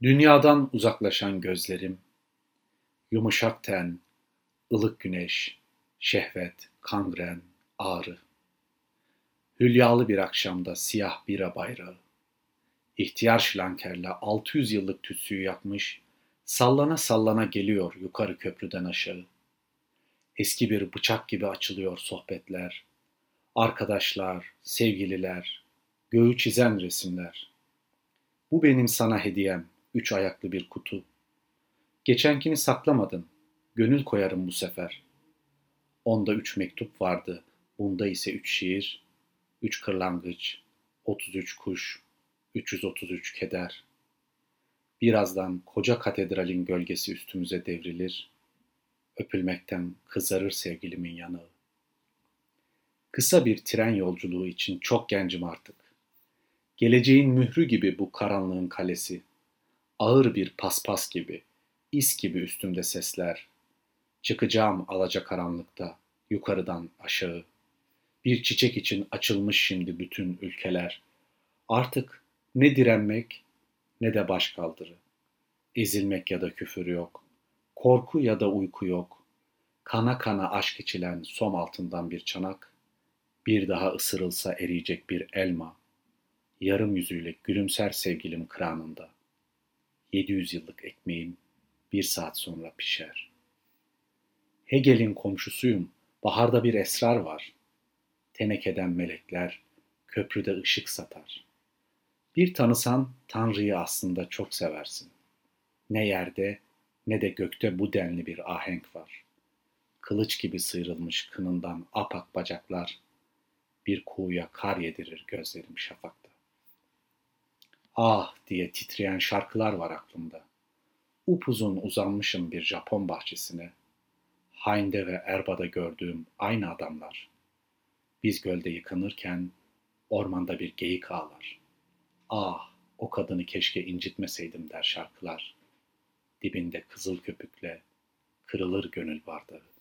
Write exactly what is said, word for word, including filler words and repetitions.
Dünyadan uzaklaşan gözlerim, yumuşak ten, ılık güneş, şehvet, kangren, ağrı. Hülyalı bir akşamda siyah bira bayrağı, ihtiyar şlankerle altı yüz yıllık tütsüyü yakmış, sallana sallana geliyor yukarı köprüden aşağı. Eski bir bıçak gibi açılıyor sohbetler, arkadaşlar, sevgililer, göğü çizen resimler. Bu benim sana hediyem, üç ayaklı bir kutu. Geçenkini saklamadın, gönül koyarım bu sefer. Onda üç mektup vardı, bunda ise üç şiir, üç kırlangıç, otuz üç kuş, üç yüz otuz üç keder. Birazdan koca katedralin gölgesi üstümüze devrilir, öpülmekten kızarır sevgilimin yanığı. Kısa bir tren yolculuğu için çok gencim artık. Geleceğin mührü gibi bu karanlığın kalesi, ağır bir paspas gibi, is gibi üstümde sesler. Çıkacağım alacakaranlıkta, yukarıdan aşağı. Bir çiçek için açılmış şimdi bütün ülkeler. Artık ne direnmek ne de başkaldırı. Ezilmek ya da küfür yok. Korku ya da uyku yok. Kana kana aşk içilen som altından bir çanak. Bir daha ısırılsa eriyecek bir elma. Yarım yüzüyle gülümser sevgilim kranında. Yedi yüz yıllık ekmeğim bir saat sonra pişer. Hegel'in komşusuyum, baharda bir esrar var. Tenekeden melekler, köprüde ışık satar. Bir tanısan Tanrı'yı aslında çok seversin. Ne yerde ne de gökte bu denli bir ahenk var. Kılıç gibi sıyrılmış kınından apak bacaklar, bir kuğuya kar yedirir gözlerim şafakta. Ah diye titreyen şarkılar var aklımda. Upuzun uzanmışım bir Japon bahçesine. Hayn'de ve Erba'da gördüğüm aynı adamlar. Biz gölde yıkanırken ormanda bir geyik ağlar. Ah, o kadını keşke incitmeseydim der şarkılar. Dibinde kızıl köpükle kırılır gönül bardağı.